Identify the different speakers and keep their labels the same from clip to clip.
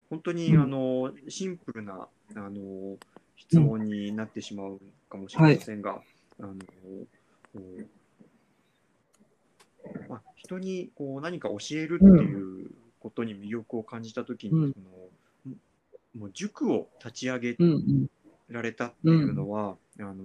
Speaker 1: 本当に
Speaker 2: うん。
Speaker 1: シンプルな質
Speaker 2: うん。
Speaker 1: 問になってしまうかもしれ
Speaker 2: はい。
Speaker 1: ませんが、あのこうまあ、人にこう何か教えるってい
Speaker 2: うん。
Speaker 1: うことに魅力を感じたときに、
Speaker 2: うん。
Speaker 1: もう塾を立ち上げ
Speaker 2: うん。
Speaker 1: られたっ
Speaker 2: うん。
Speaker 1: ていう
Speaker 2: うん。
Speaker 1: のは、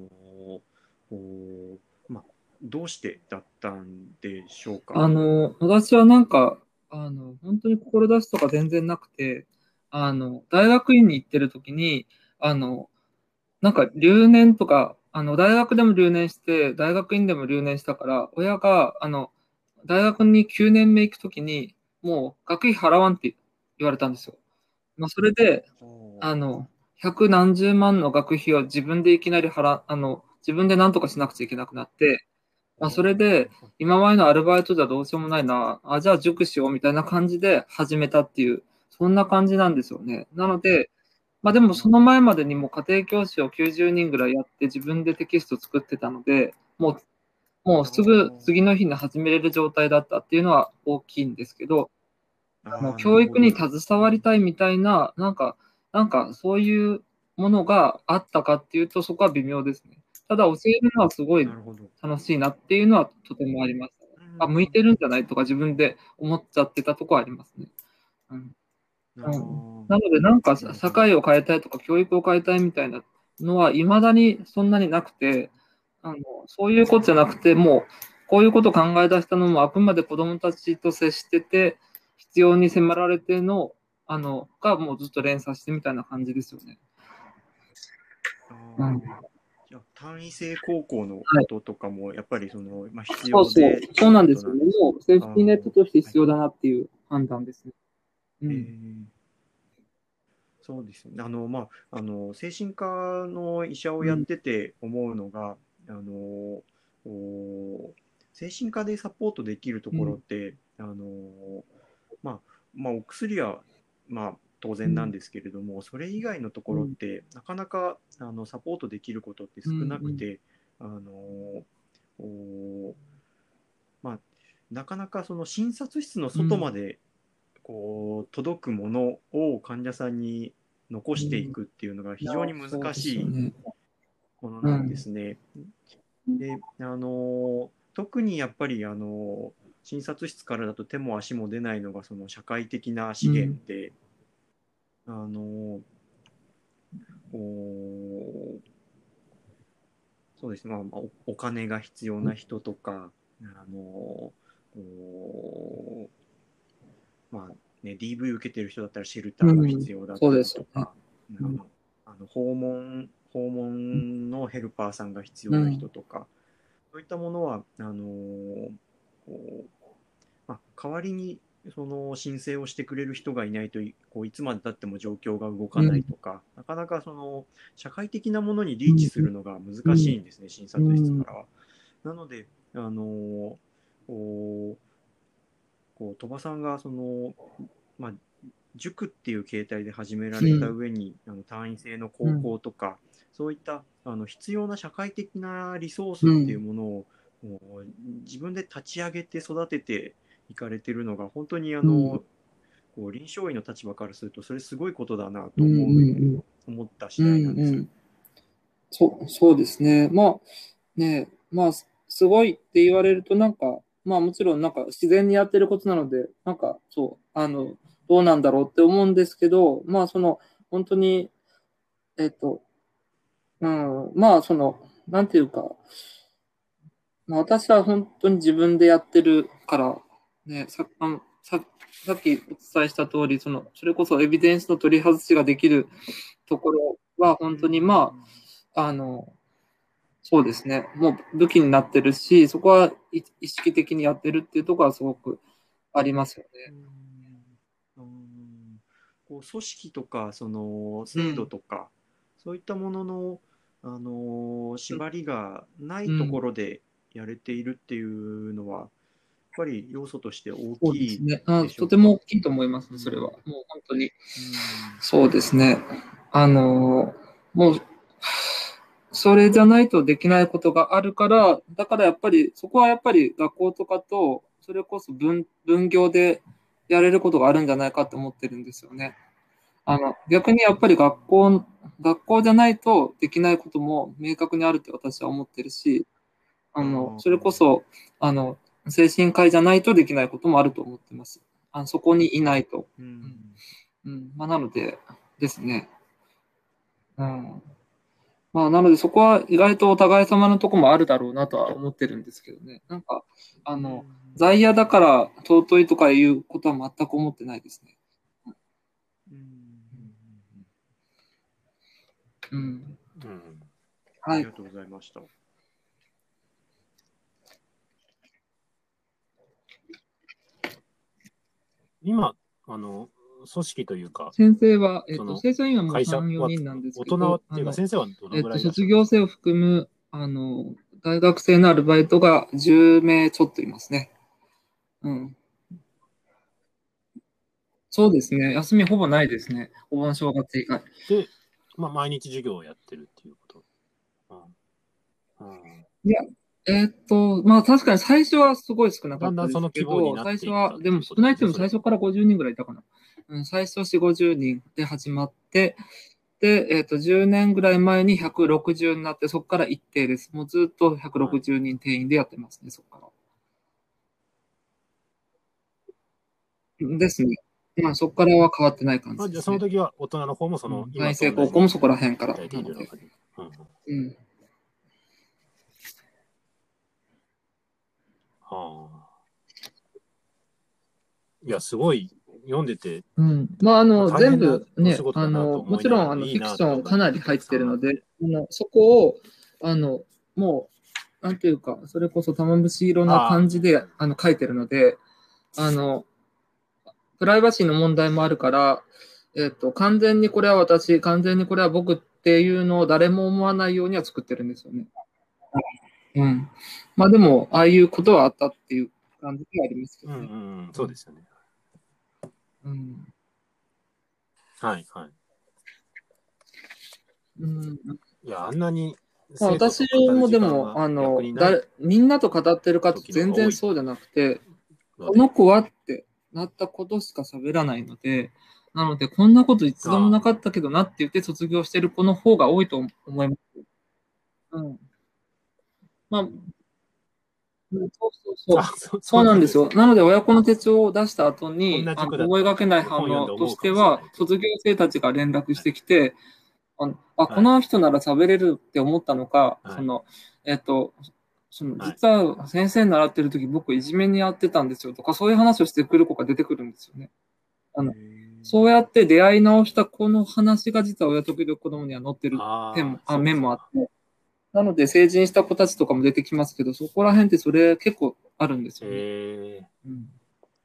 Speaker 1: こまあ、どうしてだったんでしょうか。
Speaker 2: 私はなんか、本当に志とか全然なくて、大学院に行ってる時に、あの、なんか留年とか、大学でも留年して、大学院でも留年したから、親が、大学に9年目行くときに、もう学費払わんって言われたんですよ。まあ、それで、
Speaker 1: お
Speaker 2: あの、百何十万の学費を自分でいきなり自分で何とかしなくちゃいけなくなって、まあ、それで、
Speaker 1: お
Speaker 2: 今までのアルバイトじゃどうしようもないな、じゃあ塾しようみたいな感じで始めたっていう、そんな感じなんですよね。なので、まあでもその前までにも家庭教師を90人ぐらいやって自分でテキスト作ってたので、もうすぐ次の日に始めれる状態だったっていうのは大きいんですけど、
Speaker 1: なる
Speaker 2: 教育に
Speaker 1: ほど。
Speaker 2: 携わりたいみたいな、なんかそういうものがあったかっていうと、そこは微妙ですね。ただ教えるのはすごい
Speaker 1: なるほど。
Speaker 2: 楽しいなっていうのはとてもありますね。
Speaker 1: う
Speaker 2: 向いて
Speaker 1: ん。
Speaker 2: るんじゃないとか自分で思っちゃってたところありますね。うんなので、なんか
Speaker 1: なるほど。
Speaker 2: 社会を変えたいとか教育を変えたいみたいなのは、未だにそんなになくて、そういうことじゃなくて、もう、こういうことを考え出したのも、あくまで子どもたちと接してて、必要に迫られての、が、もうずっと連鎖してみたいな感じですよね。
Speaker 1: あ
Speaker 2: うん。
Speaker 1: ーじゃあ単位制高校の
Speaker 2: はい。
Speaker 1: こととかもやっぱり必
Speaker 2: そうそう。
Speaker 1: 要でって
Speaker 2: そう
Speaker 1: いうこと
Speaker 2: なんですよね。
Speaker 1: なんですか。
Speaker 2: もう、セーフティーネットとして
Speaker 1: はい。
Speaker 2: 必要だなっていう判断ですね。う
Speaker 1: え
Speaker 2: ん。
Speaker 1: ーそうですね。精神科の医者を
Speaker 2: うん。
Speaker 1: やってて思うのが、あの、お精神科でサポートできるところっ
Speaker 2: うん。
Speaker 1: て、お薬は、当然なん
Speaker 2: うん。
Speaker 1: ですけれども、それ以外のとこ
Speaker 2: うん。
Speaker 1: ろって、なかなか、サポートできることって
Speaker 2: うん。
Speaker 1: 少な
Speaker 2: うん。
Speaker 1: くて、あの、おまあ、なかなかその診察室の
Speaker 2: うん。
Speaker 1: 外まで届くものを患者さんに残してい
Speaker 2: うん。
Speaker 1: くっていうのが
Speaker 2: いや、
Speaker 1: 非常に
Speaker 2: そうで
Speaker 1: 難しい
Speaker 2: すよね。
Speaker 1: ものなんで
Speaker 2: うん。
Speaker 1: すね。で、特にやっぱり診察室からだと手も足も出ないのがその社会的な資
Speaker 2: うん。
Speaker 1: 源で、あのおそうですね、お金が必要な人とか、あのおDV 受けてる人だったらシェルターが
Speaker 2: うん。
Speaker 1: 必要だっ
Speaker 2: そう
Speaker 1: た
Speaker 2: ですよね。
Speaker 1: りとか、
Speaker 2: うん。
Speaker 1: 訪問のヘルパーさんが必要な
Speaker 2: うん。
Speaker 1: 人とか、そういったものは、こう代わりにその申請をしてくれる人がいないといつまでたっても状況が動か
Speaker 2: うん。
Speaker 1: ないとか、なかなかその社会的なものにリーチ
Speaker 2: うん。
Speaker 1: するのが難
Speaker 2: うん。
Speaker 1: しいんですね、診
Speaker 2: う
Speaker 1: 察室か
Speaker 2: ん。
Speaker 1: らは。なので、あのこ鳥羽さんがまあ、塾っていう形態で始められた
Speaker 2: うん。
Speaker 1: 上に単位制の高
Speaker 2: うん。
Speaker 1: 校とかそういった必要な社会的なリソースっていう
Speaker 2: うん。
Speaker 1: ものをもう自分で立ち上げて育てていかれてるのが本当に
Speaker 2: うん。
Speaker 1: 臨床医の立場からするとそれすごいことだな
Speaker 2: うん。
Speaker 1: と
Speaker 2: うん。
Speaker 1: 思った次
Speaker 2: うん。
Speaker 1: 第なんです。
Speaker 2: うん。そうですね。まあ、ね、まあ、すごいって言われると、なんか、まあもちろんなんか自然にやってることなので、なんかそう、どうなんだろうって思うんですけど、まあ本当に、えっと、うん、まあなんていうか、まあ、私は本当に自分でやってるから、ね、さっきお伝えした通り、それこそエビデンスの取り外しができるところは、
Speaker 1: う
Speaker 2: 本当に
Speaker 1: ん
Speaker 2: そうですね、もう武器になってるし、そこは意識的にやってるっていうところはすごくありますよね。
Speaker 1: 組織とかその制度
Speaker 2: うん。
Speaker 1: とかそういったものの、縛りがないとこ
Speaker 2: うん。
Speaker 1: ろでやれているっていうのはやっぱり要素として大
Speaker 2: そうで
Speaker 1: きい
Speaker 2: すね。とて
Speaker 1: でしょうか。
Speaker 2: も大きいと思いますね、それは。
Speaker 1: うん
Speaker 2: もう本当に。
Speaker 1: うん、
Speaker 2: そうですね。もうそれじゃないとできないことがあるから、だからやっぱり、そこはやっぱり学校とかと、それこそ分業でやれることがあるんじゃないかと思ってるんですよね。 逆にやっぱり学校じゃないとできないことも明確にあるって私は思ってるし、それこそ、精神科医じゃないとできないこともあると思ってます。そこにいないと。
Speaker 1: う
Speaker 2: うん。
Speaker 1: ん。
Speaker 2: まあ、なのでですね。うん。まあ、なのでそこは意外とお互い様のとこもあるだろうなとは思ってるんですけどね。なんか、
Speaker 1: うん。
Speaker 2: 在野だから尊いとかいうことは全く思ってないですね。
Speaker 1: うん。
Speaker 2: うん。
Speaker 3: うん。
Speaker 2: はい。
Speaker 1: ありがとうございました。
Speaker 3: 今、組織というか、
Speaker 2: 先生は、
Speaker 3: その
Speaker 2: 先生は今もう
Speaker 3: 会社
Speaker 2: 3、4
Speaker 3: は、
Speaker 2: 人なんです
Speaker 3: 大
Speaker 2: けど、
Speaker 3: 人っていうか、先生はどのぐらいいらっしゃ
Speaker 2: 卒
Speaker 3: るんですか？
Speaker 2: 業生を含む、大学生のアルバイトが10名ちょっといますね。うん。そうですね。休みほぼないですね。お盆正月以外。
Speaker 3: で、まあ、毎日授業をやってるっていうこと。うん。
Speaker 2: いや、まあ確かに最初はすごい少なか
Speaker 3: だんだんそ
Speaker 2: ったです
Speaker 3: の規模に
Speaker 2: けど、
Speaker 3: なっていっ
Speaker 2: 最初は、でも
Speaker 3: たっていうこ
Speaker 2: 少ないっても
Speaker 3: となんですね、それは。
Speaker 2: 最初から50人ぐらいいたかな。最初4、50人で始まって、で、10年ぐらい前に160になって、そこから一定です。もうずっと160人定員でやってますね、そこから。ですね。まあそこからは変わってない感じ
Speaker 3: じゃあ
Speaker 2: ですね。
Speaker 3: その時は大人の方も
Speaker 2: 大
Speaker 3: 今と同じ、
Speaker 2: 成高校もそこら辺から
Speaker 3: 大体い
Speaker 2: なので。
Speaker 3: るような感じ。
Speaker 2: うん。
Speaker 3: いや、すごい読んでて、
Speaker 2: まあ、
Speaker 3: 大変な
Speaker 2: 全部ね、
Speaker 3: お仕事だなと
Speaker 2: もちろん、
Speaker 3: 思いながらも、いい
Speaker 2: フィク
Speaker 3: なと思っ
Speaker 2: ションかなり
Speaker 3: てたく
Speaker 2: 入ってるので、
Speaker 3: さんあって。
Speaker 2: そこを、もう、なんていうか、それこそ玉虫色な感じで、書いてるので、あの、プライバシーの問題もあるから、完全にこれは私、完全にこれは僕っていうのを誰も思わないようには作ってるんですよね。うん。まあでも、ああいうことはあったっていう感じではありますけどね。
Speaker 3: そうですよね。
Speaker 2: うん。
Speaker 3: はいはい。
Speaker 2: うん。
Speaker 3: いや、あんなに
Speaker 2: まあ、
Speaker 3: 生徒
Speaker 2: 私
Speaker 3: と語る
Speaker 2: もでも、
Speaker 3: 時間が逆にない
Speaker 2: みんなと語ってるかと
Speaker 3: 時の方
Speaker 2: 全
Speaker 3: が多い
Speaker 2: 然そうじゃなくて、
Speaker 3: ので、
Speaker 2: この子はってなったことしか喋らないので、なので、こんなこと一度もなかったけどなって言って卒業してる子の方が多いと思います。うん。まあ、そうそうそう。
Speaker 3: そ
Speaker 2: そうなんですよ。
Speaker 3: うなんですね。
Speaker 2: なので、親子の手帳を出した後
Speaker 3: こん
Speaker 2: に、
Speaker 3: な塾だった
Speaker 2: 思いがけない
Speaker 3: って本読ん
Speaker 2: 反応と
Speaker 3: で思うかもしれ
Speaker 2: しては、
Speaker 3: ないけど。
Speaker 2: 卒業生たちが連絡し
Speaker 3: はい。
Speaker 2: てきて、こ
Speaker 3: はい。
Speaker 2: の人なら喋れるって思ったのか、
Speaker 3: はい。
Speaker 2: えっと、
Speaker 3: はい。
Speaker 2: 実は先生に習ってる時僕いじめにやってたんですよとか、そういう話をしてくる子が出てくるんですよね。あ
Speaker 1: へ
Speaker 2: の、そう
Speaker 1: え。
Speaker 2: やって出会い直した子の話が実は親時々子供には載ってる面
Speaker 3: そうかそうか。
Speaker 2: もあって、なので成人した子たちとかも出てきますけど、そこら辺ってそれ結構あるんですよね。
Speaker 3: へえ。
Speaker 2: うん。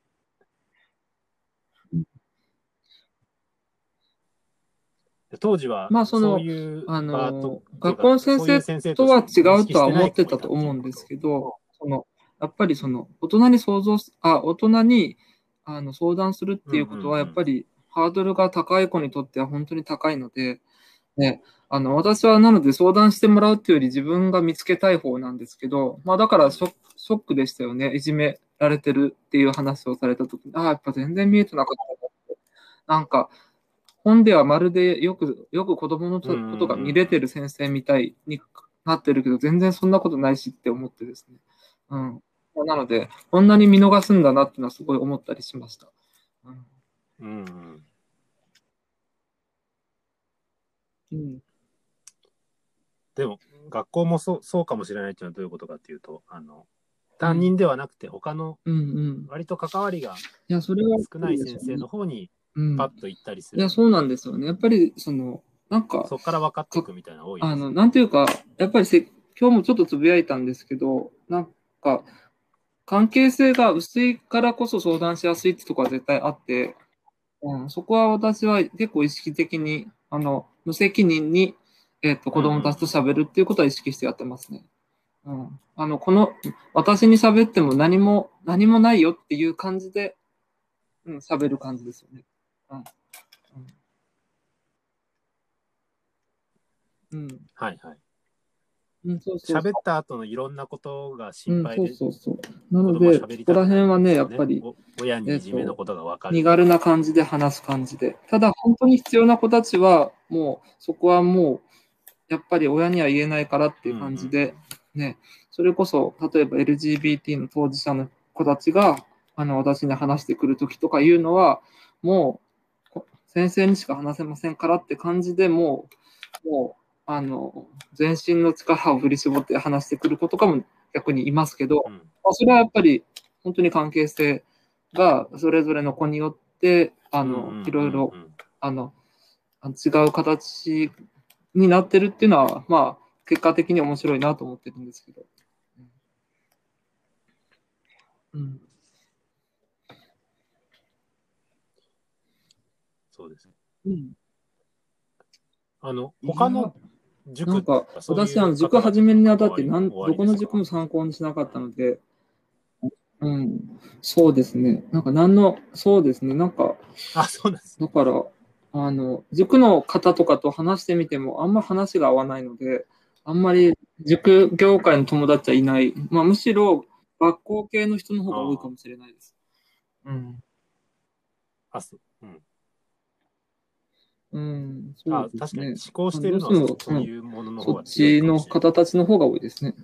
Speaker 3: 当時は
Speaker 2: まあ、
Speaker 3: そういう場とっていうか、
Speaker 2: 学校の先
Speaker 3: そういう
Speaker 2: 生
Speaker 3: 先生として
Speaker 2: とは違
Speaker 3: 認識してな
Speaker 2: うとは思っ
Speaker 3: い子もいたっ
Speaker 2: てたと思うんです
Speaker 3: ていうこと。
Speaker 2: けど、やっぱり大人に相談するっていうことは、やっぱりハードルが高い子にとっては本当に高いので、ね、私はなので相談してもらうっていうより自分が見つけたい方なんですけど、まあだからショックでしたよね。いじめられてるっていう話をされたときに、ああ、やっぱ全然見えてなかったなって。なんか、本ではまるでよく子供のことが見れてる先生みたいになってるけど、全然そんなことないしって思ってですね。うん。なので、こんなに見逃すんだなっていうのはすごい思ったりしました。うん。
Speaker 3: でも、学校もそうかもしれないっていうのはどういうことかっていうと、担
Speaker 2: うん
Speaker 3: 任ではなくて、他の
Speaker 2: うんうん。
Speaker 3: 割と関わりが
Speaker 2: いや、それはやっぱ
Speaker 3: 少ない先生
Speaker 2: りですよね。
Speaker 3: の方に
Speaker 2: うん。
Speaker 3: パッと行ったりす
Speaker 2: いや、
Speaker 3: る。
Speaker 2: そうなんですよね。やっぱり、なんか、
Speaker 3: そこから分かってい
Speaker 2: か、
Speaker 3: くみたいなの多いですよね。
Speaker 2: なんていうか、やっぱり今日もちょっとつぶやいたんですけど、なんか、関係性が薄いからこそ相談しやすいってところは絶対あって、そこは私は結構意識的に、無責任に、子供たちと喋るっていうことは意識してやってますね。うん。私に喋っても何もないよっていう感じで、喋る感じですよね。うん。うん。うん。
Speaker 3: はいはい。
Speaker 2: そうそう
Speaker 3: 喋った後のいろんなことが心配で、
Speaker 2: そうそう。な
Speaker 3: 子
Speaker 2: ので、
Speaker 3: 供は喋り
Speaker 2: ここら
Speaker 3: たくない
Speaker 2: 辺はね、
Speaker 3: んですよね。
Speaker 2: やっぱり、
Speaker 3: 親にいじめのことが分かる。
Speaker 2: 身軽な感じで話す感じで。ただ、本当に必要な子たちは、もう、そこはもう、やっぱり親には言えないからっていう感じで、ね、それこそ、例えば LGBT の当事者の子たちが、私に話してくるときとかいうのは、もう、先生にしか話せませんからって感じでもう、全身の力を振り絞って話してくる子とかも逆にいますけど、それはやっぱり、本当に関係性がそれぞれの子によって、いろいろ、違う形になってるっていうのは、まあ、結果的に面白いなと思ってるんですけど。
Speaker 3: そうですね。
Speaker 2: 他
Speaker 3: の塾
Speaker 2: なんか、私、塾始めるにあたって、どこの塾も参考にしなかったので、そうですね。そうですね。
Speaker 3: そうなんですね。
Speaker 2: だから、塾の方とかと話してみても、あんま話が合わないので、あんまり塾業界の友達はいない。まあ、むしろ学校系の人の方が多いかもしれないです。そうですね。
Speaker 3: 確かに思考しているのはそういうものの方が
Speaker 2: 強いかもしれない。そっちの方たちの方が多いですね。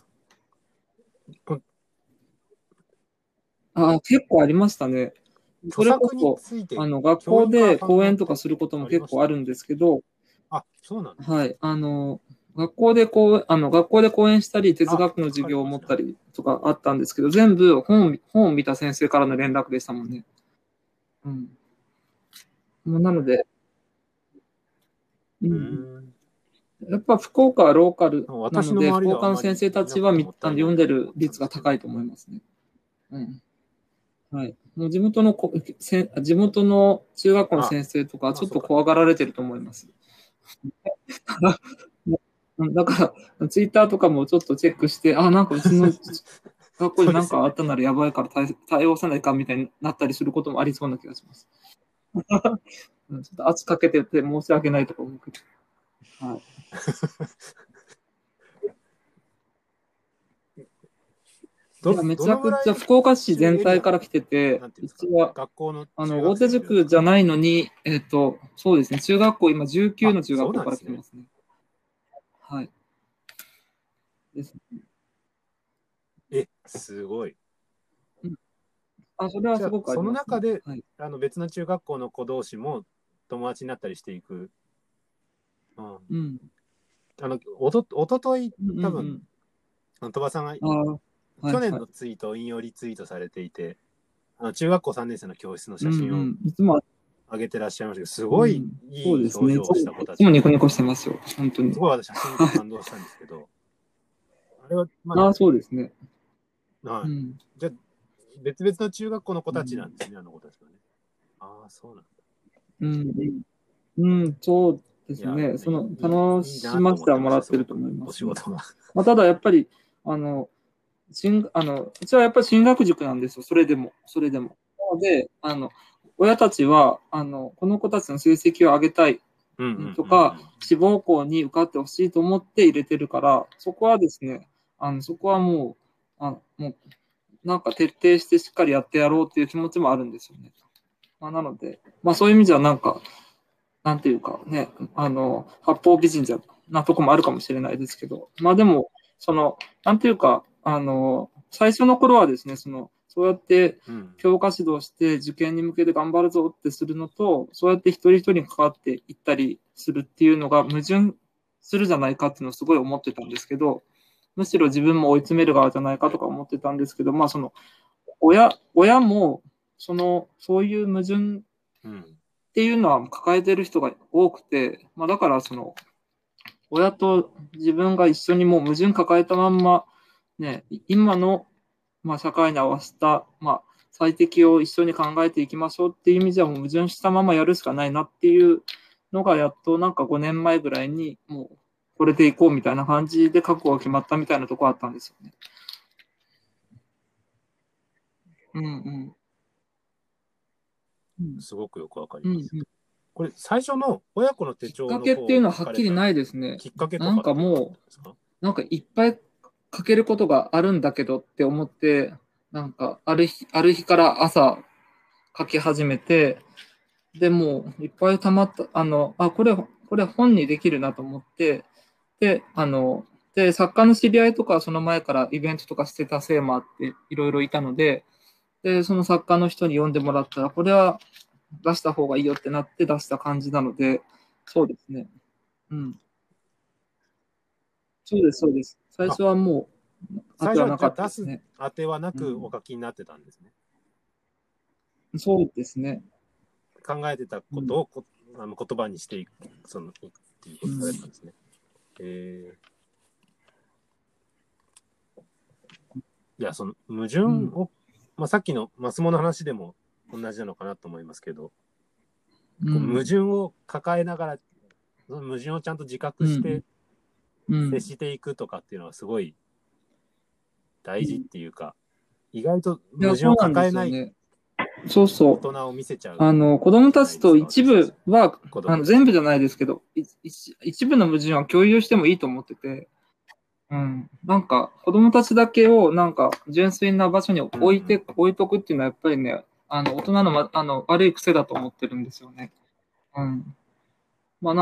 Speaker 2: 結構ありましたね。それこそ、学校で講演とかすることも結構あるんですけど、
Speaker 3: そうなんです。
Speaker 2: はい。学校で講演したり、哲学の授業を持ったりとかあったんですけど、全部本を見た先生からの連絡でしたもんね。なので、やっぱ福岡はローカルなので、福岡の先生たちは読んでる率が高いと思いますね。はい。もう地元の中学校の先生とか、ちょっと怖がられてると思います。だから、ツイッターとかもちょっとチェックして、なんかうちの学校で何かあったならやばいから対応さないかみたいになったりすることもありそうな気がします。ちょっと圧かけてて申し訳ないとか思うけど。はい。めちゃくちゃ福岡市全体から来てて、うちは大手塾じゃないのに、そうですね、中学校、今19の中学校から来てますね。はい。です
Speaker 3: ね。すごい。
Speaker 2: それはすごくあります、
Speaker 3: その中で、別の中学校の子同士も友達になったりしていく。おととい、多分、鳥羽さんが去年のツイートを引用リツイートされていて、中学校3年生の教室の写真を上げてらっしゃいましたけど、すごいいい表情をした子たち。
Speaker 2: いつもニコニコしてますよ、本当に。
Speaker 3: すごい私、写真に感動したんですけど、あれは、
Speaker 2: そうですね。
Speaker 3: じゃあ、別々の中学校の子たちなんですね、あの子たちはね。そうなんだ。
Speaker 2: そうですね。楽しませてはもらってると思います、ね。ただやっぱり、うちはやっぱり進学塾なんですよ、それでも。なので、親たちは、この子たちの成績を上げたいとか、志望校に受かってほしいと思って入れてるから、そこはですね、そこはもう、なんか徹底してしっかりやってやろうっていう気持ちもあるんですよね。なので、そういう意味じゃなんていうかね、八方美人なとこもあるかもしれないですけど、でも、なんていうか、最初の頃はですね、そうやって教科指導して受験に向けて頑張るぞってするのと、そうやって一人一人に関わっていったりするっていうのが矛盾するじゃないかっていうのをすごい思ってたんですけど、むしろ自分も追い詰める側じゃないかとか思ってたんですけど、親も、そういう矛盾っていうのは抱えてる人が多くて、だから親と自分が一緒にもう矛盾抱えたまんま、ね、今の、社会に合わせた、最適を一緒に考えていきましょうっていう意味じゃもう矛盾したままやるしかないなっていうのがやっとなんか5年前ぐらいにもうこれでいこうみたいな感じで覚悟が決まったみたいなところあったんですよね。
Speaker 3: すごくよくわかります。これ最初の親子の手帳の
Speaker 2: きっかけっていうのははっきりないですね。
Speaker 3: きっかけとか
Speaker 2: なんかもう、 なんかいっぱい書けることがあるんだけどって思って、なんかある日から朝書き始めて、でもういっぱい溜まった、これ本にできるなと思って、で、作家の知り合いとかその前からイベントとかしてたせいもあっていろいろいたので、で、その作家の人に読んでもらったら、これは出した方がいいよってなって出した感じなので、そうですね。うん。そうです、そうです。最初はもう、当
Speaker 3: 最初は
Speaker 2: てはなか
Speaker 3: じゃあ出す
Speaker 2: ったですね。
Speaker 3: 当てはなくお
Speaker 2: うん、
Speaker 3: 書きになってたんですね。
Speaker 2: そうですね。
Speaker 3: 考えてた
Speaker 2: うん、
Speaker 3: ことを言葉にしていく、っていうことされたんですね。いや、その矛盾
Speaker 2: うん、
Speaker 3: を、さっきのマスモの話でも同じなのかなと思いますけど、
Speaker 2: うん、
Speaker 3: こう矛盾を抱えながら、その矛盾をちゃんと自覚
Speaker 2: うん、
Speaker 3: して
Speaker 2: うん。
Speaker 3: 接していくとかっていうのはすごい大事っ
Speaker 2: うん、
Speaker 3: ていうか、意外と
Speaker 2: いや、
Speaker 3: 矛盾を
Speaker 2: そうなんで
Speaker 3: 抱えない
Speaker 2: すよね。そうそう。
Speaker 3: 大人を見せちゃう
Speaker 2: 子供たちと
Speaker 3: じゃないですか、
Speaker 2: 一
Speaker 3: 私たち。
Speaker 2: 部は、
Speaker 3: 子供たちと。
Speaker 2: 全部じゃないですけど、一部の矛盾は共有してもいいと思ってて、うん。なんか、子供たちだけを、なんか、純粋な場所に
Speaker 3: うんうん。
Speaker 2: 置いとくっていうのは、やっぱりね、大人の、悪い癖だと思ってるんですよね。うん。まあ、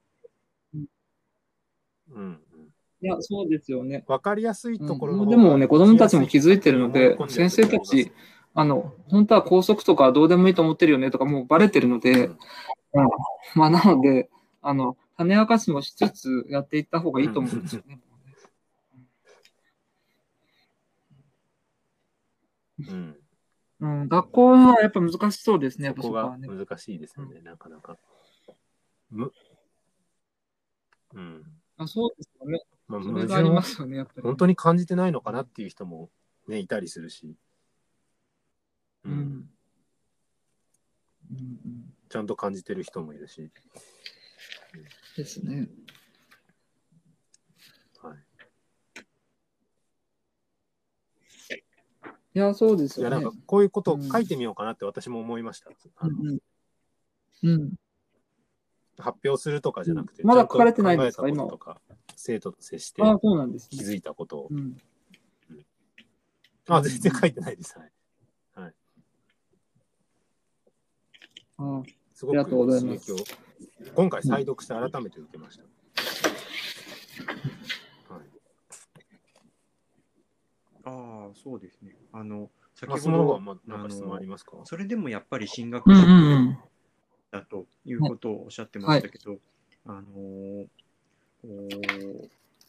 Speaker 3: うんうん。
Speaker 2: いや、そうですよね。
Speaker 3: わかりやすい
Speaker 2: う
Speaker 3: ところ
Speaker 2: ん。
Speaker 3: の方が
Speaker 2: でもね、子
Speaker 3: 生きや
Speaker 2: 供たち
Speaker 3: すいと勝
Speaker 2: も気づいて
Speaker 3: 手に思い
Speaker 2: るので、先
Speaker 3: 込んじゃうときあります
Speaker 2: 生たち、
Speaker 3: よ。
Speaker 2: 本当は校則とかどうでもいいと思ってるよねとか、もうバレてるので、
Speaker 3: うん。
Speaker 2: うん。まあ、なので、種明かしもしつつやっていった方がいいと
Speaker 3: うん。
Speaker 2: 思うんですよね。
Speaker 3: うん。
Speaker 2: うん。学校はやっぱ難しそうですね、やっぱ
Speaker 3: そこが
Speaker 2: そこはね。
Speaker 3: 難しいです
Speaker 2: うん。
Speaker 3: よね、なかなか。む、うん。
Speaker 2: そうですよね。それがあ
Speaker 3: 矛盾を
Speaker 2: りますよね、やっぱりね。
Speaker 3: 本当に感じてないのかなっ
Speaker 2: うん。
Speaker 3: ていう人もね、いたりするし、うん。
Speaker 2: うん。うん。
Speaker 3: ちゃんと感じてる人もいるし、
Speaker 2: ですね。
Speaker 3: はい。
Speaker 2: いや、そうです
Speaker 3: いや、なん
Speaker 2: よね。
Speaker 3: かこういうことを
Speaker 2: うん。
Speaker 3: 書いてみようかなって私も思いました。
Speaker 2: うん。うん。
Speaker 3: 発表するとか
Speaker 2: うん。
Speaker 3: じゃなくて、
Speaker 2: ま
Speaker 3: ちゃん
Speaker 2: だ書かれてな
Speaker 3: と考えた
Speaker 2: いんですか、今は。
Speaker 3: こととか、生徒と接して
Speaker 2: ああ、そうなんですね。
Speaker 3: 気づいたことを。
Speaker 2: うん。うん。
Speaker 3: あ、全然書いてないです。はい。はい、
Speaker 2: ああ、あ
Speaker 3: すごく
Speaker 2: りがとうござい
Speaker 3: 刺激を、
Speaker 2: ます。
Speaker 3: 今回再
Speaker 2: うん。
Speaker 3: 読して改めて受けました。はい。
Speaker 1: ああ、そうですね。
Speaker 3: マ
Speaker 1: 先ほど、
Speaker 3: スモの方は、なんか質問ありますか？
Speaker 1: それでもやっぱり進
Speaker 2: うんう
Speaker 1: 学塾
Speaker 2: ん
Speaker 1: だという
Speaker 2: うん。
Speaker 1: ことをおっしゃってま
Speaker 2: はい。
Speaker 1: したけど、あのこ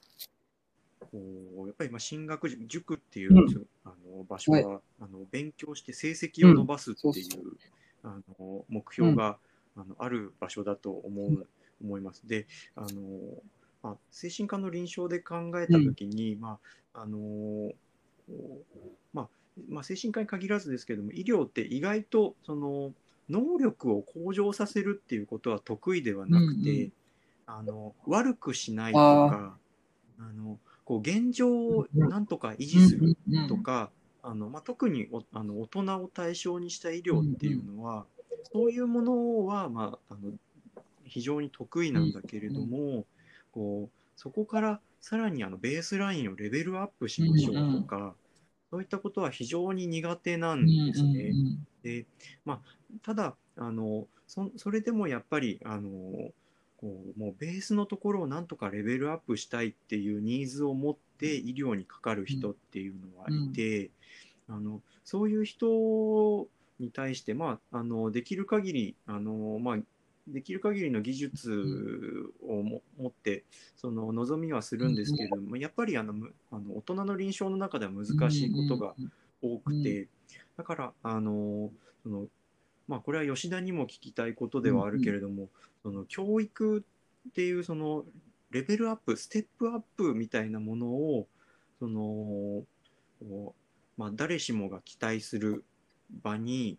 Speaker 1: やっぱり進学塾っていう
Speaker 2: うん。
Speaker 1: 場所
Speaker 2: はい。
Speaker 1: は勉強して成績
Speaker 2: うん。
Speaker 1: を伸ばすっ
Speaker 2: そうそう。
Speaker 1: ていう目
Speaker 2: うん。
Speaker 1: 標がある場所だと思います。で、精神科の臨床で考えたと
Speaker 2: うん。
Speaker 1: きに、あのまあ精神科に限らずですけども、医療って意外とその能力を向上させるっていうことは得意では
Speaker 2: うん。う
Speaker 1: なくて、
Speaker 2: ん。
Speaker 1: 悪くしないと
Speaker 2: ああ。
Speaker 1: か、現状を
Speaker 2: うん。
Speaker 1: なんとか維
Speaker 2: うん。
Speaker 1: 持する
Speaker 2: うん。
Speaker 1: とか、特に大人を対象にした医
Speaker 2: うん。
Speaker 1: 療っていう
Speaker 2: うん。
Speaker 1: のは、そういうものは、非常に得意
Speaker 2: うん。
Speaker 1: なんだけれども、そこからさらにベースラインをレベルアップし
Speaker 2: うん。
Speaker 1: ましょうと
Speaker 2: うん。
Speaker 1: か、そういったことは非常に苦手な
Speaker 2: うん。
Speaker 1: んですね。
Speaker 2: うん。
Speaker 1: で、ただそれでもやっぱりもうベースのところをなんとかレベルアップしたいっていうニーズを持って医療にかかる人っていうのはいて、そういう人に対して、できる限りできる限りの技術を持ってその望みはするんですけれども、やっぱり大人の臨床の中では難しいことが多くて、だからそのこれは吉田にも聞きたいことではあるけれども、その教育っていうそのレベルアップ、ステップアップみたいなものを、その、誰しもが期待する場に、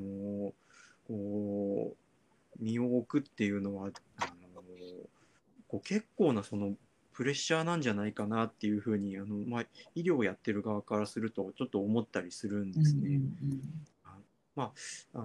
Speaker 1: こ身を置くっていうのは、結構なそのプレッシャーなんじゃないかなっていうふうに、医療をやってる側からすると、ちょっと思ったりするんですね。ま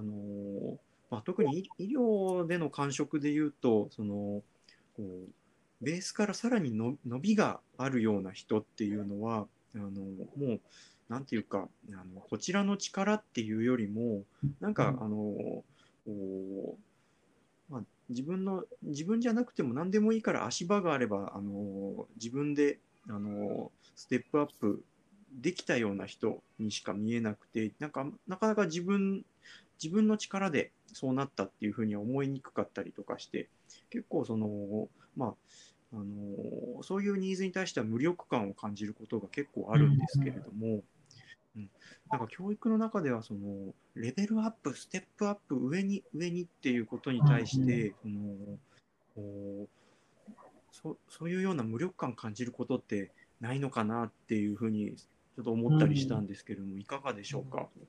Speaker 1: 特に医療での感触で言うと、こうベースからさらにの伸びがあるような人っていうのはもうなんていうかこちらの力っていうよりもなんかこまあ、自分じゃなくても何でもいいから足場があれば自分でステップアップできたような人にしか見えなくてなかなか自分の力でそうなったっていうふうには思いにくかったりとかして結構まあそういうニーズに対しては無力感を感じることが結構あるんですけれども、うん、なんか教育の中ではレベルアップ、ステップアップ、上にっていうことに対して、こそういうような無力感感じることってないのかなっていうふうにちょっと思ったりしたんですけれども、いかがでしょうか。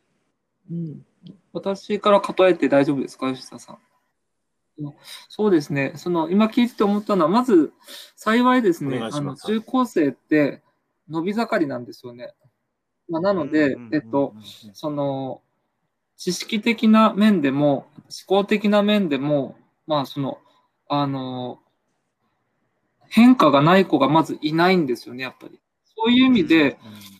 Speaker 2: 私から例えて大丈夫ですか、吉田さん。そうですね。今聞いてて思ったのは、まず、幸いですね、中高生って伸び盛りなんですよね。なので、知識的な面でも、思考的な面でも、変化がない子がまずいないんですよね、やっぱり。そういう意味で、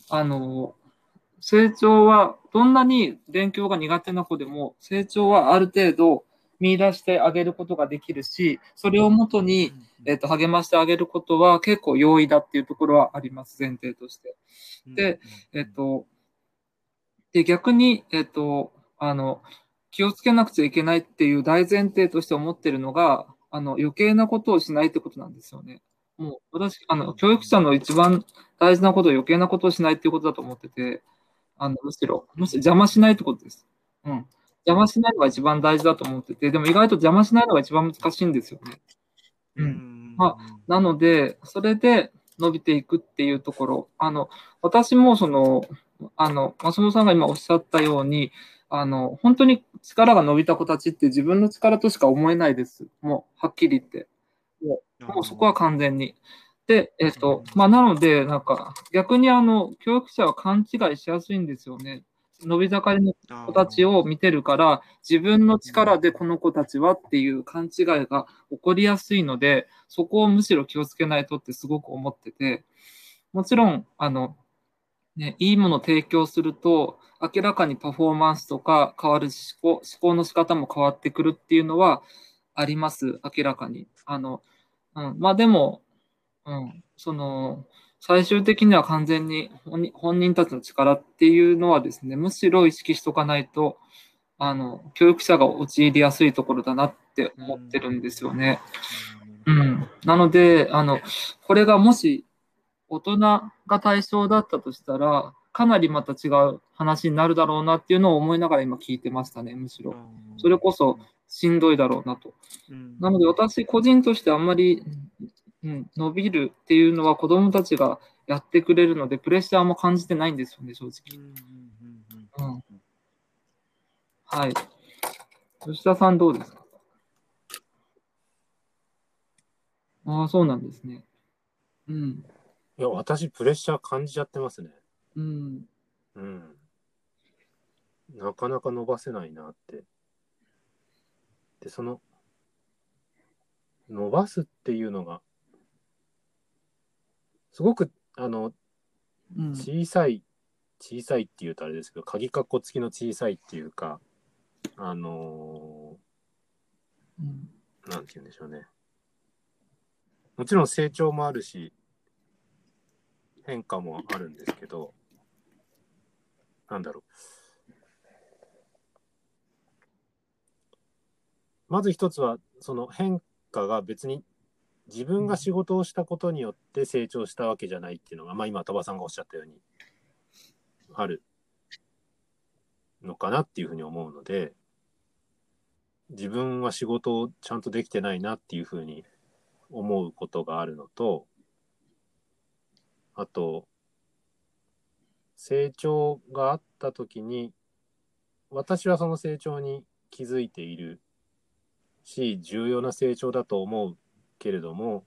Speaker 2: 成長は、どんなに勉強が苦手な子でも、成長はある程度見出してあげることができるし、それをもとに、励ましてあげることは結構容易だっていうところはあります、前提として。で、逆に、気をつけなくちゃいけないっていう大前提として思ってるのが、余計なことをしないってことなんですよね。もう、私、教育者の一番大事なことは余計なことをしないっていうことだと思ってて、むしろ邪魔しないってことです。うん。邪魔しないのが一番大事だと思ってて、でも意外と邪魔しないのが一番難しいんですよね。うん。なので、それで伸びていくっていうところ、私も松本さんが今おっしゃったように、本当に力が伸びた子たちって自分の力としか思えないです。もう、はっきり言って。もうそこは完全に。で、なので、なんか、逆に教育者は勘違いしやすいんですよね。伸び盛りの子たちを見てるから、自分の力でこの子たちはっていう勘違いが起こりやすいので、そこをむしろ気をつけないとってすごく思ってて、もちろん、いいものを提供すると、明らかにパフォーマンスとか変わる思考の仕方も変わってくるっていうのはあります、明らかに。でも、最終的には完全に本人たちの力っていうのはですね、むしろ意識しとかないと、教育者が陥りやすいところだなって思ってるんですよね。なので、これがもし大人が対象だったとしたら、かなりまた違う話になるだろうなっていうのを思いながら今聞いてましたね、むしろ。それこそしんどいだろうなと。なので私個人としてあんまり、伸びるっていうのは子供たちがやってくれるので、プレッシャーも感じてないんですよね、正直。はい。吉田さんどうですか？ああ、そうなんですね。
Speaker 3: いや、私、プレッシャー感じちゃってますね。なかなか伸ばせないなって。で、伸ばすっていうのが、すごく、小さいっていうとあれですけど、鍵括弧付きの小さいっていうか、なんて言うんでしょうね。もちろん成長もあるし、変化もあるんですけど、なんだろう。まず一つは、その変化が別に自分が仕事をしたことによって成長したわけじゃないっていうのが、今、鳥羽さんがおっしゃったように、あるのかなっていうふうに思うので、自分は仕事をちゃんとできてないなっていうふうに思うことがあるのと、あと、成長があったときに、私はその成長に気づいているし、重要な成長だと思うけれども、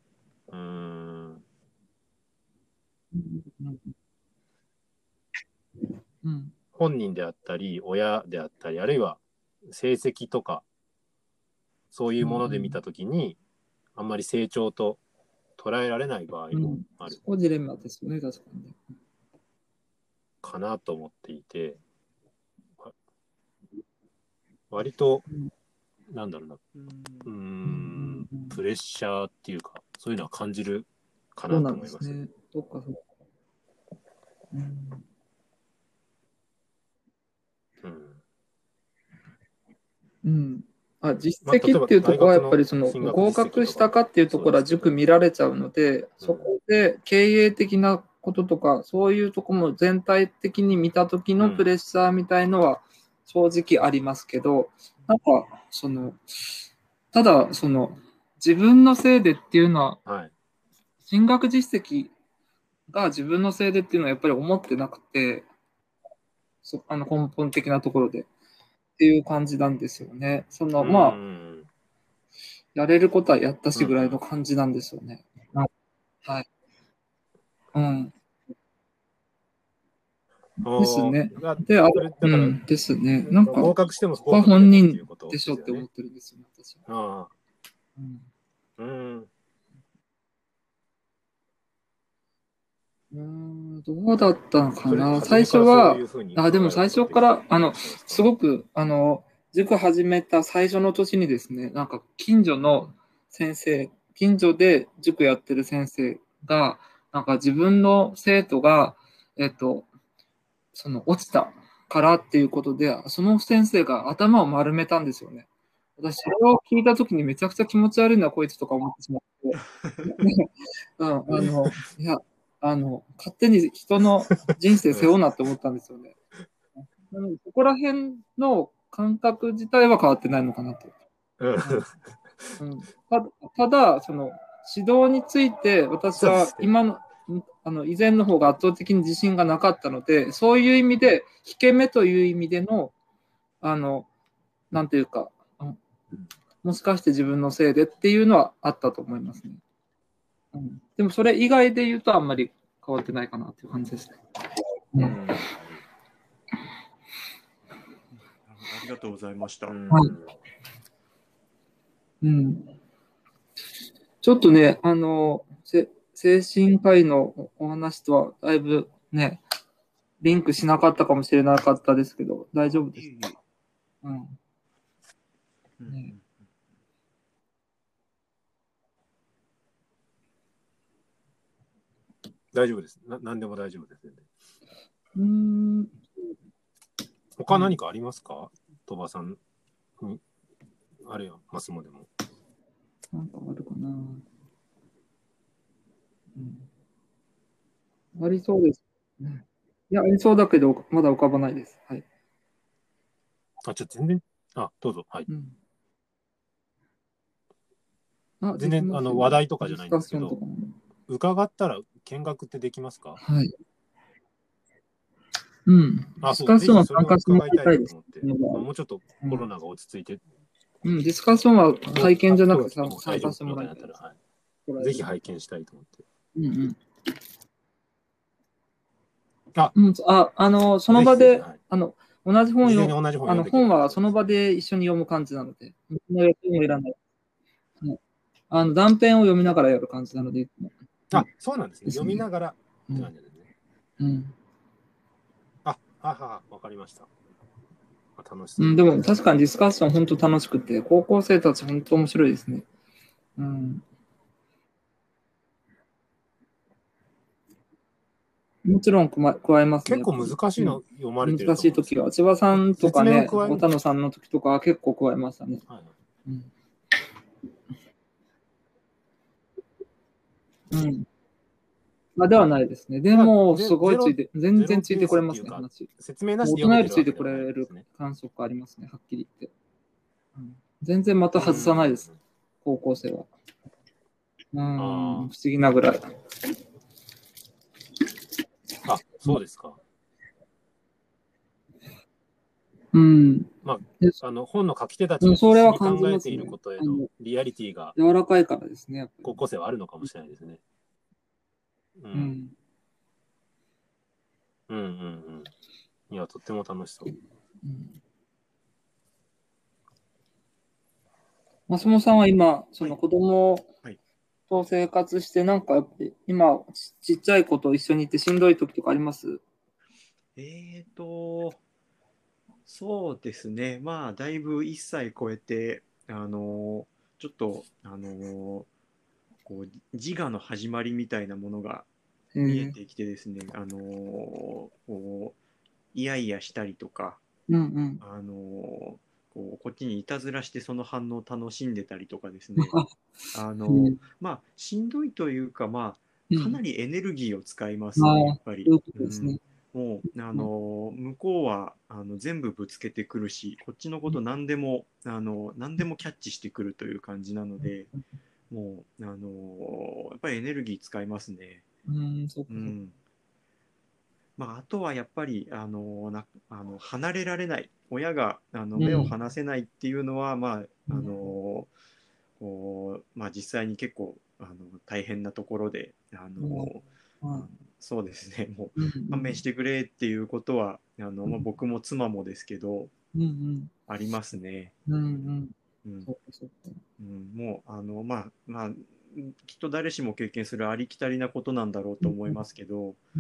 Speaker 3: 本人であったり、親であったり、あるいは成績とか、そういうもので見たときに、 あんまり成長と捉えられない場合もある、
Speaker 2: そこジレンマですよね、確かにね。
Speaker 3: かなと思っていて、割と、なんだろうな、プレッシャーっていうか、そういうのは感じるかなと思います。
Speaker 2: そうなんですね。そうか、そうか。実績っていうところはやっぱりその合格したかっていうところは塾見られちゃうので、そこで経営的なこととか、そういうところも全体的に見た時のプレッシャーみたいのは正直ありますけど、なんかその、ただその自分のせいでっていうのは、進学実績が自分のせいでっていうのはやっぱり思ってなくて、根本的なところでっていう感じなんですよね。やれることはやったしぐらいの感じなんですよね。はい。ですね。ですね。なんか、
Speaker 3: 合格しても
Speaker 2: そこは本人でしょって思ってるんですよね、私は。どうだったのかな。最初は、でも最初から、すごく、塾始めた最初の年にですね、なんか近所の先生、近所で塾やってる先生が、なんか自分の生徒が、落ちたからっていうことで、その先生が頭を丸めたんですよね。私、それを聞いたときにめちゃくちゃ気持ち悪いな、こいつとか思ってしまって。いや、勝手に人の人生背負うなって思ったんですよね。そこら辺の感覚自体は変わってないのかなと。ただ、その指導について私は今の以前の方が圧倒的に自信がなかったので、そういう意味で、引け目という意味での、なんていうか、もしかして自分のせいでっていうのはあったと思いますね。でもそれ以外で言うとあんまり変わってないかなっていう感じですね。
Speaker 1: ありがとうございました。
Speaker 2: ちょっとね、精神科医のお話とはだいぶね、リンクしなかったかもしれなかったですけど、大丈夫ですか？
Speaker 3: 大丈夫です。何でも大丈夫です。他何かありますか？鳥羽さんに。あるいはマスモでも。
Speaker 2: なんかあるかな。ありそうです。いや、ありそうだけど、まだ浮かばないです。はい。
Speaker 3: 全然、どうぞ。はい。全然、話題とかじゃないんですけど、伺ったら見学ってできますか？
Speaker 2: はい。ディスカッションは参加してもらいたいです。
Speaker 3: もうちょっとコロナが落ち着いて。
Speaker 2: ディスカッションは体験じゃなくて参加してもらいたいです。
Speaker 3: ぜひ拝見したいと思って。
Speaker 2: その場で、同じ本を、本はその場で一緒に読む感じなので、いらない。断片を読みながらやる感じなので。
Speaker 3: そうなんですね。読みながらって感じですね。わかりました。楽しそう。
Speaker 2: でも確かにディスカッション本当楽しくて、高校生たち本当面白いですね。もちろん加えますね。
Speaker 3: 結構難しいの読まれてる
Speaker 2: 難しい時は、千葉さんとかね、小田野さんの時とかは結構加えましたね。ではないですね。でも、すごいついて、全然ついてこれますね、話。
Speaker 3: 説明なしで
Speaker 2: 大人よりついてこれる感触ありますね、はっきり言って。全然また外さないです、高校生は。不思議なぐらい。
Speaker 3: そうですか。本の書き手たちが必死に考えていることへのリアリティが
Speaker 2: 柔らかいからですね。
Speaker 3: 高校生はあるのかもしれないですね。いや、とっても楽しそう。
Speaker 2: 松本さんは今、その
Speaker 1: はい。
Speaker 2: 子供
Speaker 1: はい。
Speaker 2: と生活して、なんかやっぱり今、ちっちゃい子と一緒にいてしんどい時とかあります？
Speaker 1: えーと、そうですね。まあ、だいぶ1歳超えて、ちょっと、こう、自我の始まりみたいなものが
Speaker 2: えー、
Speaker 1: 見えてきてですね、こう、イヤイヤしたりとか、
Speaker 2: うんうん。
Speaker 1: こっちにいたずらしてその反応を楽しんでたりとかですね、まあ、しんどいというか、まあ、
Speaker 2: うん。
Speaker 1: かなりエネルギーを使いま
Speaker 2: ああ、
Speaker 1: すね、やっぱり。
Speaker 2: そういうこ
Speaker 1: うん。
Speaker 2: とですね。
Speaker 1: もう、
Speaker 2: うん
Speaker 1: 向こうは、全部ぶつけてくるし、こっちのこと何でもキャッチしてくるという感じなので、もう、やっぱりエネルギー使いますね。
Speaker 2: うん、そっかそっか。
Speaker 1: うん。まあ、あとはやっぱり、離れられない。親が、目を
Speaker 2: うん。
Speaker 1: 離せないっていうのは、まあ、
Speaker 2: うん。
Speaker 1: まあ、実際に結構大変なところであの
Speaker 2: はい。
Speaker 1: そうですねもう
Speaker 2: うんう
Speaker 1: 勘弁
Speaker 2: ん。
Speaker 1: してくれっていうことはまあ、
Speaker 2: うん。
Speaker 1: 僕も妻もですけど
Speaker 2: うん。
Speaker 1: ありますね。
Speaker 2: うん。う
Speaker 1: うん、
Speaker 2: ん。
Speaker 1: うん、
Speaker 2: そっかそっか。
Speaker 1: うん、もうまあきっと誰しも経験するありきたりなことなんだろう
Speaker 2: うん。
Speaker 1: と思いますけど、
Speaker 2: うん。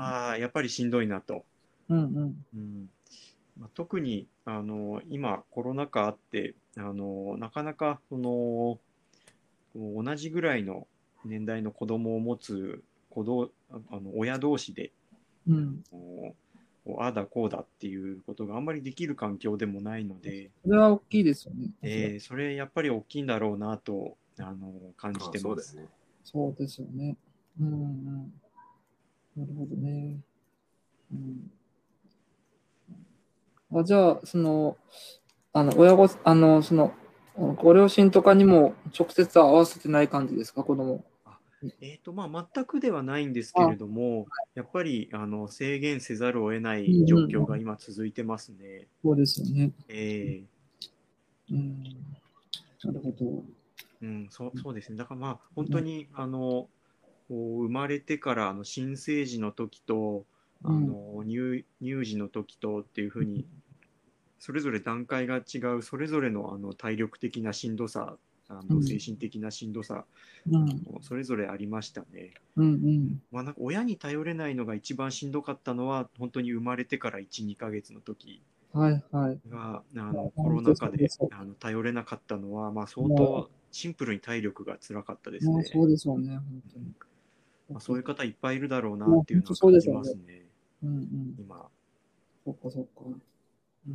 Speaker 1: まあやっぱりしんどいなと。
Speaker 2: うん。うん。
Speaker 1: うんまあ、特に今コロナ禍あってなかなか同じぐらいの年代の子供を持つ親同士であ
Speaker 2: うん。
Speaker 1: のああだこうだっていうことがあんまりできる環境でもないので、
Speaker 2: それは大きいですよね。おそらく。
Speaker 1: それやっぱり大きいんだろうなと感じ
Speaker 3: あ、
Speaker 1: てます。
Speaker 3: そうだよね。
Speaker 2: そうですよね。うん。うん。なるほどね。うん。じゃあ、親御さん、ご両親とかにも直接会わせてない感じですか、子供？
Speaker 1: あまあ、全くではないんですけれ
Speaker 2: あ、
Speaker 1: ども、やっぱり制限せざるを得な
Speaker 2: うん
Speaker 1: い状
Speaker 2: うんうん。
Speaker 1: 況が今続いてますね。
Speaker 2: そうですよね。
Speaker 1: えー
Speaker 2: うん。なるほど。
Speaker 1: うん、そうですね。だからまあ、本当に、生まれてから新生児の時と
Speaker 2: うん。
Speaker 1: 乳児の時とっていうふうにそれぞれ段階が違うそれぞれの体力的なしんどさ
Speaker 2: うん。
Speaker 1: 精神的なしんどさ
Speaker 2: うん。
Speaker 1: それぞれありましたね。
Speaker 2: うん。うん。
Speaker 1: まあ、なんか親に頼れないのが一番しんどかったのは本当に生まれてから1、2ヶ月の時
Speaker 2: はいはい。
Speaker 1: がコ
Speaker 2: 本当
Speaker 1: ロナ禍で
Speaker 2: そうです。
Speaker 1: 頼れなかったのは、まあ、相
Speaker 2: も
Speaker 1: 当シンプルに体力が辛かったで
Speaker 2: う、もうそ
Speaker 1: すね。
Speaker 2: うですよね、本当に。そっ
Speaker 1: まあ、
Speaker 2: かそっか。
Speaker 1: そういう方いっぱいいるだろうなっていう
Speaker 2: もう本当
Speaker 1: のは感じ
Speaker 2: そうですよね。
Speaker 1: ますね、
Speaker 2: うんうん。
Speaker 1: 今。
Speaker 2: そっかそっか。うん。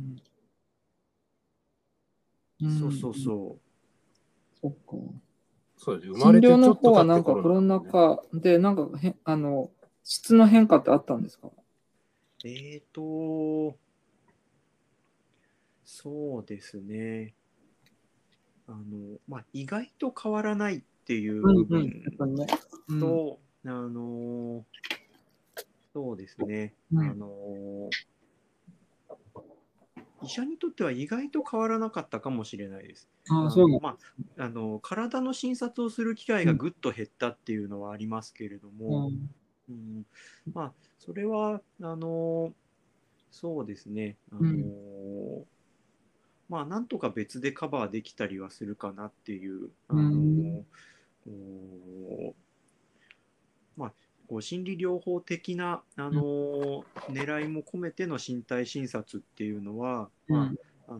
Speaker 2: う
Speaker 1: そうそう
Speaker 2: ん。
Speaker 1: そ
Speaker 2: そっか。
Speaker 3: そうです。生ま
Speaker 2: 診療
Speaker 3: れてちょっと
Speaker 2: の方は
Speaker 3: 経ってコロ
Speaker 2: なんかコロ
Speaker 3: ナだもんね。
Speaker 2: ナ禍で、なんか質の変化ってあったんですか？
Speaker 1: う。そうですね。まあ、意外と変わらないっていう部
Speaker 2: うんうん。やっ
Speaker 1: 分
Speaker 2: ぱりね。うん。
Speaker 1: と、そうですね。
Speaker 2: うん。
Speaker 1: 医者にとっては意外と変わらなかったかもしれないです。
Speaker 2: ああ、そうなんで
Speaker 1: ま
Speaker 2: すね。
Speaker 1: あ、体の診察をする機会
Speaker 2: うん。
Speaker 1: がぐっと減ったっていうのはありますけれども、
Speaker 2: うん。
Speaker 1: うん、まあ、それは、そうですね。
Speaker 2: うん。
Speaker 1: まあ、なんとか別でカバーできたりはするかなっていう、
Speaker 2: うん。
Speaker 1: おまあ、心理療法的な、
Speaker 2: うん。
Speaker 1: 狙いも込めての身体診察っていうのは、ま
Speaker 2: うん。
Speaker 1: あ、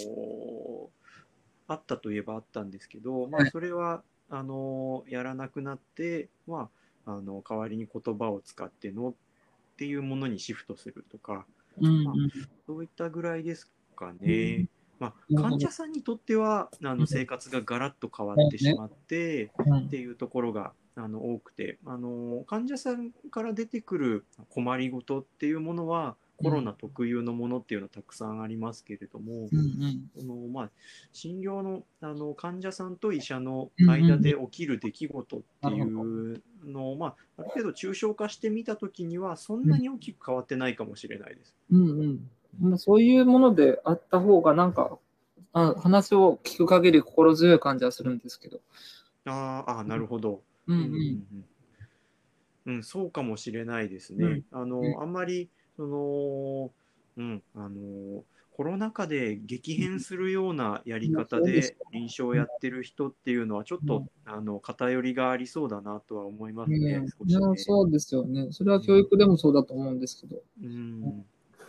Speaker 1: あったといえばあったんですけど、まあ、
Speaker 2: はい。
Speaker 1: それはやらなくなって、まあ、代わりに言葉を使ってのっていうものにシフトするとか、
Speaker 2: うん。う
Speaker 1: まあ、
Speaker 2: ん。
Speaker 1: そういったぐらいですか
Speaker 2: うん。
Speaker 1: ね。まあ、
Speaker 2: なるほど。
Speaker 1: 患者さんにとっては
Speaker 2: うん。
Speaker 1: 生活がガラッと変わっ
Speaker 2: そうね。
Speaker 1: てしまって
Speaker 2: うん。
Speaker 1: っていうところが多くて患者さんから出てくる困りごとっていうものはコロ
Speaker 2: うん。
Speaker 1: ナ特有のものっていうのはたくさんありますけれども
Speaker 2: うん。うん。
Speaker 1: まあ、診療の、患者さんと医者の
Speaker 2: うん。うん。
Speaker 1: 間で
Speaker 2: うん。
Speaker 1: 起きる出来事ってい
Speaker 2: なるほど。
Speaker 1: うのを、まあ、ある程度抽象化してみたときにはそん
Speaker 2: うん。
Speaker 1: なに大きく変わってないかもしれないです。
Speaker 2: うんうん。まあ、そういうものであった方が、なんか、話を聞く限り心強い感じはするんですけど。
Speaker 1: なるほど。
Speaker 2: うんう
Speaker 1: うんうん
Speaker 2: ん。
Speaker 1: うんうん、そうかもしれないです
Speaker 2: うん。
Speaker 1: ね。
Speaker 2: うん。
Speaker 1: あんまり、その、うん、 コロナ禍で激変するようなやり方で臨床をやってる人っていうのはちょっと偏りがありそうだなとは思いますね、少しね。
Speaker 2: そうですよね。それは教育でもそうだと思うんですけど。
Speaker 1: うん。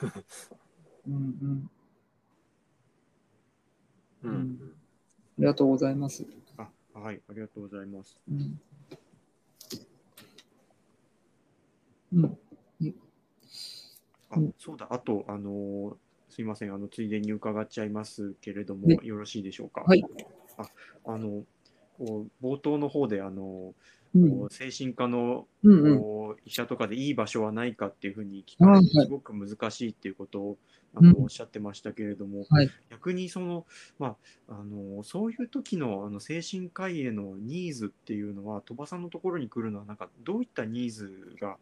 Speaker 2: ありがとうございます。
Speaker 1: はい、ありがとうございます。そうだ、あと、すいません、ついでに伺っちゃいますけれども、よろしいでしょうか。
Speaker 2: はい。
Speaker 1: 冒頭の方で、精神科の医者とかでいい場所はないかっていうふうに聞かれて、すごく難しいっていうことをおっしゃってましたけれども、逆にそういう時の精神科医へのニーズっていうのは、鳥羽さんのところに来るのは、なんかどういったニーズが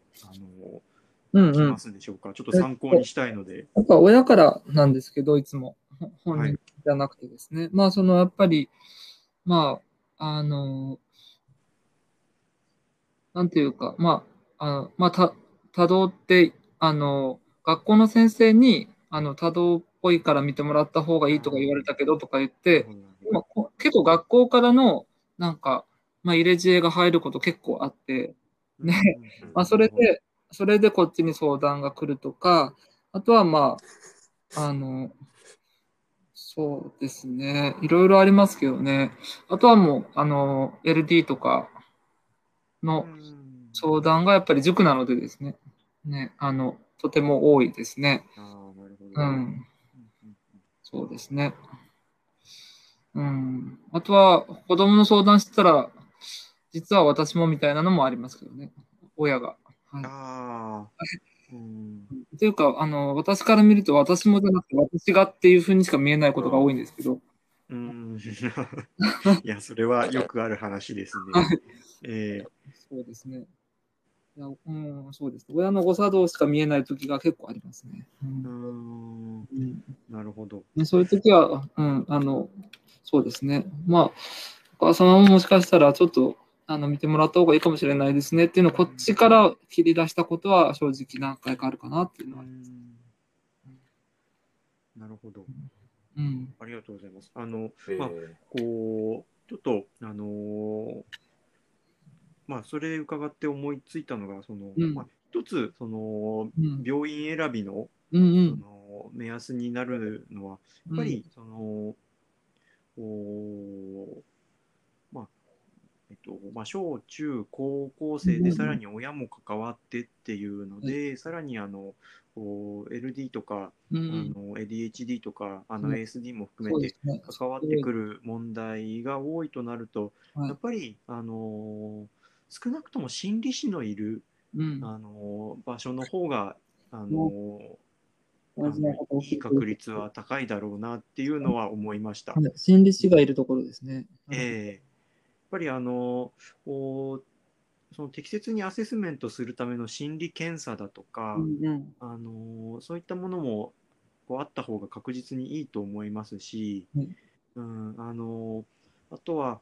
Speaker 1: 来ますでしょうか。ちょっと参考にしたいので。
Speaker 2: やっぱ親からなんですけど、いつも本人じゃなくてですね。まあ、やっぱり、なんていうか、多動って、学校の先生に、多動っぽいから見てもらった方がいいとか言われたけどとか言って、結構学校からの、なんか、入れ知恵が入ること結構あって、ね。それでこっちに相談が来るとか、あとはそうですね。いろいろありますけどね。あとはもう、LD とかの相談がやっぱり塾なのでですね。とても多いですね。そうですね。あとは、子供の相談してたら、実は私もみたいなのもありますけどね。親が。っていうか、私から見ると私もじゃなくて私がっていうふうにしか見えないことが多いんですけど。
Speaker 1: いや、それはよくある話ですね。
Speaker 2: そうですね。そうです。親の誤作動しか見えない時が結構ありますね。
Speaker 1: なるほど。
Speaker 2: そういう時は、そうですね。お母様ももしかしたらちょっと見てもらった方がいいかもしれないですねっていうのをこっちから切り出したことは正直何回かあるかなっていうのはあります。
Speaker 1: なるほど。ありがとうございます。ちょっと、それ伺って思いついたのが、一つ、病院選びの、目安になるのは、やっぱり、小中高校生でさらに親も関わってっていうので、さらにLD とかADHD とかASD も含めて関わってくる問題が多いとなると、やっぱり少なくとも心理師のいる場所の方がいい確率は高いだろうなっていうのは思いました。
Speaker 2: 心理師がいるところですね。
Speaker 1: やっぱりその適切にアセスメントするための心理検査だとか、そういったものもあった方が確実にいいと思いますし、あとは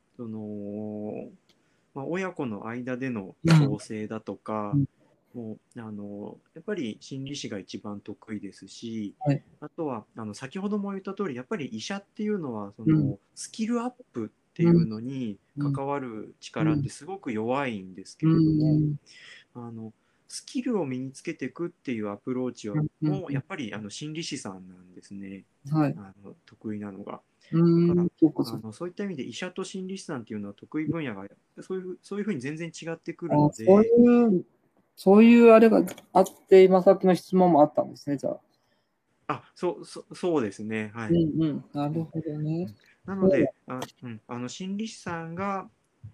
Speaker 1: 親子の間での調整だとか、もうやっぱり心理師が一番得意ですし、あとは先ほども言った通り、やっぱり医者っていうのはスキルアップっていうのに関わる力ってすごく弱いんですけれども、スキルを身につけていくっていうアプローチもやっぱり心理師さんなんですね、得意なのが。だからそういった意味で医者と心理師さんっていうのは得意分野がそういうふうに全然違ってくるので。
Speaker 2: そういうあれがあって、今さっきの質問もあったんですね、じゃあ。
Speaker 1: そうですね。はい。
Speaker 2: なるほどね。
Speaker 1: なので、心理師さんが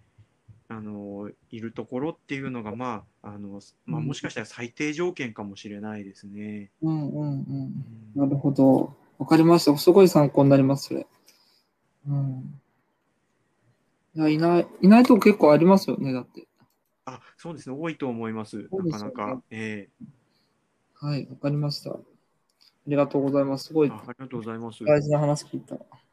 Speaker 1: いるところっていうのが、もしかしたら最低条件かもしれないですね。
Speaker 2: なるほど。わかりました。すごい参考になります、それ。いないとこ結構ありますよね、だって。
Speaker 1: そうですね、多いと思います、なかなか。
Speaker 2: はい、わかりました。ありがとうございます。すごい
Speaker 1: ありがとうございます。
Speaker 2: 大事な話聞いた。